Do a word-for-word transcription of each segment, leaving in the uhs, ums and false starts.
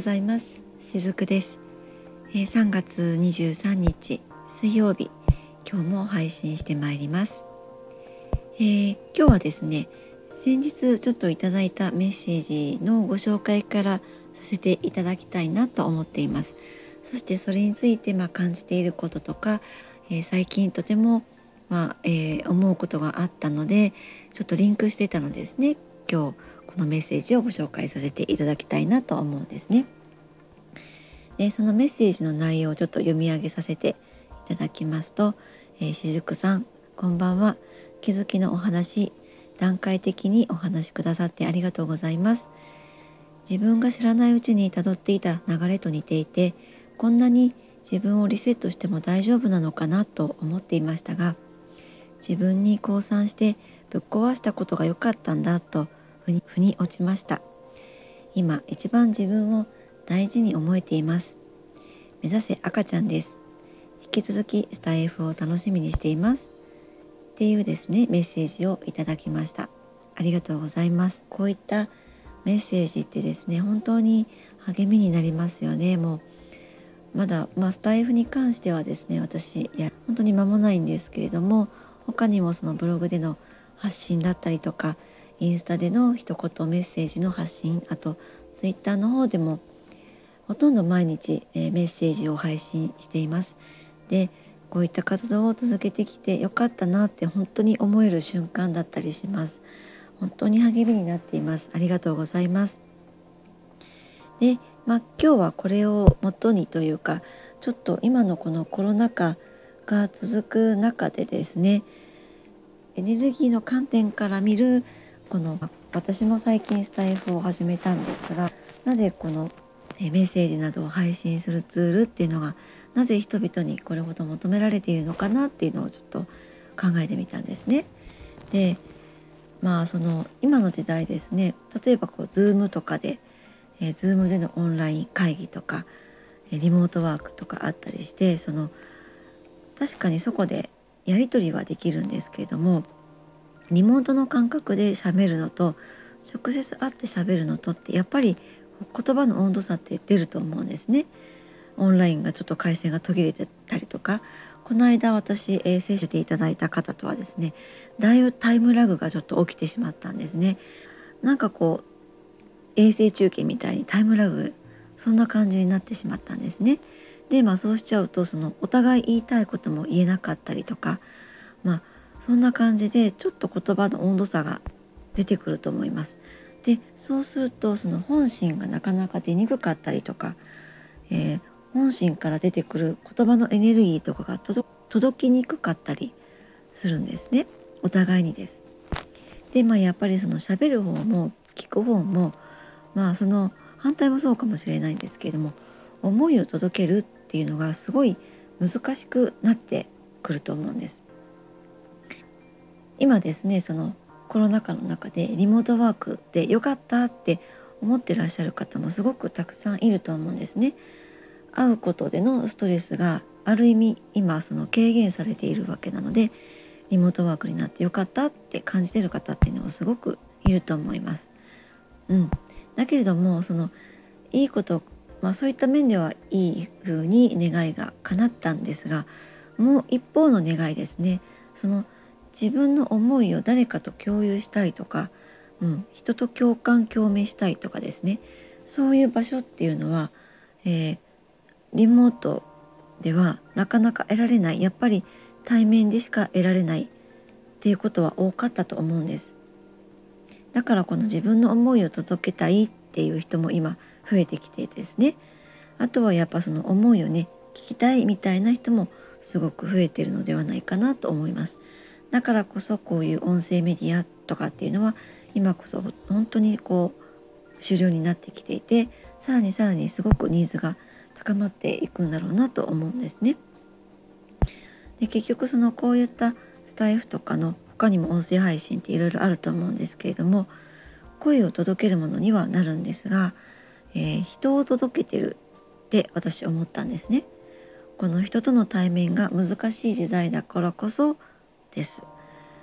ざいます。しずくです。えー、さんがつにじゅうさんにち水曜日、今日も配信してまいります。えー、今日はですね、先日ちょっといただいたメッセージのご紹介からさせていただきたいなと思っています。そしてそれについてまあ感じていることとか、えー、最近とてもまあ、えー思うことがあったので、ちょっとリンクしてたのですね。今日このメッセージをご紹介させていただきたいなと思うんですね。でそのメッセージの内容をちょっと読み上げさせていただきますと、えー、しずくさんこんばんは。気づきのお話、段階的にお話しくださってありがとうございます。自分が知らないうちに辿っていた流れと似ていて、こんなに自分をリセットしても大丈夫なのかなと思っていましたが、自分に降参してぶっ壊したことが良かったんだと腑に腑に落ちました。今一番自分を大事に思えています。目指せ赤ちゃんです。引き続きスタイフを楽しみにしています。っていうですね、メッセージをいただきました。ありがとうございます。こういったメッセージってですね、本当に励みになりますよね。もうまだ、まあ、スタイフに関してはですね、私いや本当に間もないんですけれども、他にもそのブログでの発信だったりとか、インスタでの一言メッセージの発信、あとツイッターの方でもほとんど毎日、えーメッセージを配信しています。でこういった活動を続けてきてよかったなって本当に思える瞬間だったりします。本当に励みになっています。ありがとうございます。で、まあ、今日はこれをもとにというか、ちょっと今のこのコロナ禍が続く中でですね、エネルギーの観点から見るこの、私も最近スタイフを始めたんですが、なぜこのえメッセージなどを配信するツールっていうのがなぜ人々にこれほど求められているのかなっていうのをちょっと考えてみたんですね。でまあその今の時代ですね、例えばこう Zoom とかで、えー、Zoom でのオンライン会議とか、えーリモートワークとかあったりして、その確かにそこでやり取りはできるんですけれども、リモートの感覚で喋るのと直接会って喋るのとってやっぱり言葉の温度差って出ると思うんですね。オンラインがちょっと回線が途切れてたりとか、この間私、えー、接していただいた方とはですね、だいぶタイムラグがちょっと起きてしまったんですね。なんかこう衛星中継みたいにタイムラグ、そんな感じになってしまったんですね。でまあそうしちゃうと、そのお互い言いたいことも言えなかったりとか、まあそんな感じでちょっと言葉の温度差が出てくると思います。でそうするとその本心がなかなか出にくかったりとか、えー本心から出てくる言葉のエネルギーとかが届届きにくかったりするんですね、お互いにです。でまあやっぱりその喋る方も聞く方も、まあその反対もそうかもしれないんですけれども、思いを届けるっていうのがすごい難しくなってくると思うんです。今ですね、そのコロナ禍の中でリモートワークで良かったって思ってらっしゃる方もすごくたくさんいると思うんですね。会うことでのストレスがある意味今その軽減されているわけなので、リモートワークになってよかったって感じている方っていうのはすごくいると思います。うん、だけれどもそのいいこと、まあ、そういった面ではいい風に願いが叶ったんですが、もう一方の願いですね、その自分の思いを誰かと共有したいとか、うん、人と共感共鳴したいとかですね、そういう場所っていうのは、えーリモートではなかなか得られない、やっぱり対面でしか得られないっていうことは多かったと思うんです。だからこの自分の思いを届けたいっていう人も今増えてきていてですね、あとはやっぱその思いをね聞きたいみたいな人もすごく増えているのではないかなと思います。だからこそこういう音声メディアとかっていうのは今こそ本当にこう主流になってきていて、さらにさらにすごくニーズが高まっていくんだろうなと思うんですね。で結局そのこういったスタイフとかの他にも音声配信っていろいろあると思うんですけれども、声を届けるものにはなるんですが、えー人を届けてるって私思ったんですね。この人との対面が難しい時代だからこそです。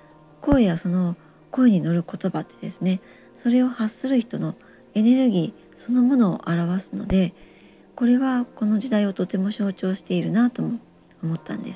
声やその声に乗る言葉ってですね、それを発する人のエネルギー、 そのものを表すので、これはこの時代をとても象徴しているなとも思ったんです。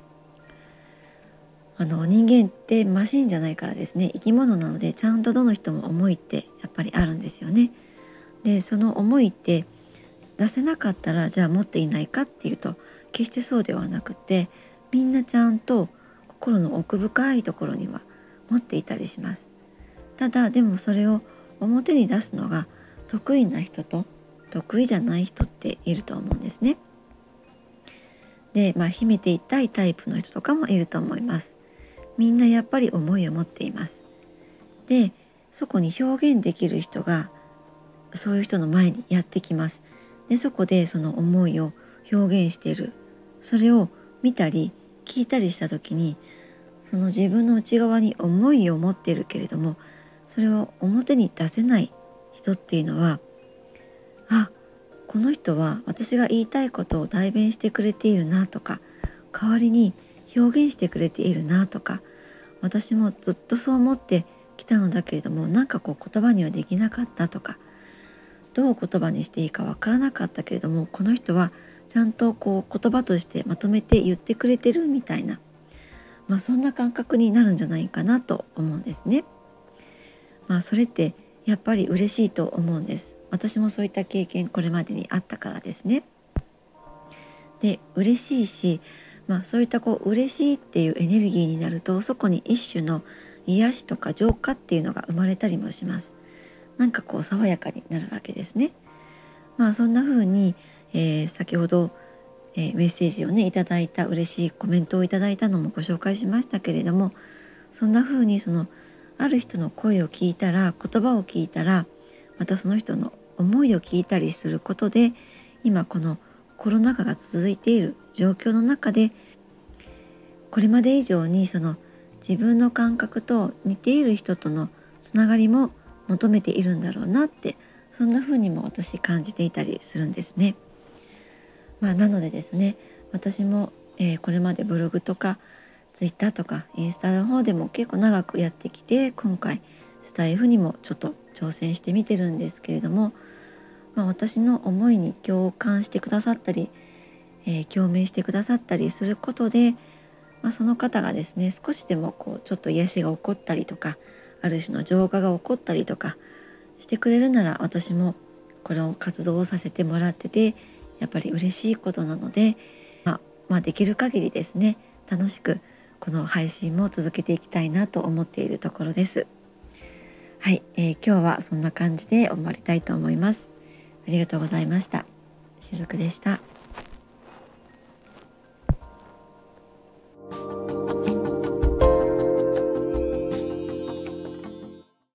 あの人間ってマシンじゃないからですね、生き物なのでちゃんとどの人も思いってやっぱりあるんですよね。でその思いって出せなかったらじゃあ持っていないかっていうと、決してそうではなくて、みんなちゃんと心の奥深いところには持っていたりします。ただでもそれを表に出すのが得意な人と得意じゃない人っていると思うんですね。で、まあ、秘めていたいタイプの人とかもいると思います。みんなやっぱり思いを持っています。でそこに表現できる人がそういう人の前にやってきます。でそこでその思いを表現している、それを見たり聞いたりした時に、その自分の内側に思いを持っているけれども、それを表に出せない人っていうのは、あ、この人は私が言いたいことを代弁してくれているなとか、代わりに表現してくれているなとか、私もずっとそう思ってきたのだけれども、なんかこう言葉にはできなかったとか、どう言葉にしていいかわからなかったけれども、この人はちゃんとこう言葉としてまとめて言ってくれてるみたいな、まあ、そんな感覚になるんじゃないかなと思うんですね。まあ、それってやっぱり嬉しいと思うんです。私もそういった経験これまでにあったからですね。で嬉しいし、まあ、そういったこう嬉しいっていうエネルギーになると、そこに一種の癒しとか浄化っていうのが生まれたりもします。なんかこう爽やかになるわけですね。まあそんな風に、えー先ほど、えーメッセージをねいただいた、嬉しいコメントをいただいたのもご紹介しましたけれども、そんな風にそのある人の声を聞いたら、言葉を聞いたら、またその人の思いを聞いたりすることで、今このコロナ禍が続いている状況の中で、これまで以上にその自分の感覚と似ている人とのつながりも求めているんだろうなって、そんな風にも私感じていたりするんですね。まあ、なのでですね、私も、えーこれまでブログとかツイッターとかインスタの方でも結構長くやってきて、今回スタイフにもちょっと挑戦してみてるんですけれども、まあ、私の思いに共感してくださったり、えー共鳴してくださったりすることで、まあ、その方がですね少しでもこうちょっと癒しが起こったりとか、ある種の浄化が起こったりとかしてくれるなら、私もこれを活動をさせてもらっててやっぱり嬉しいことなので、まあ、まあできる限りですね楽しくこの配信も続けていきたいなと思っているところです。はい、えー今日はそんな感じで終わりたいと思います。ありがとうございました。しずくでした。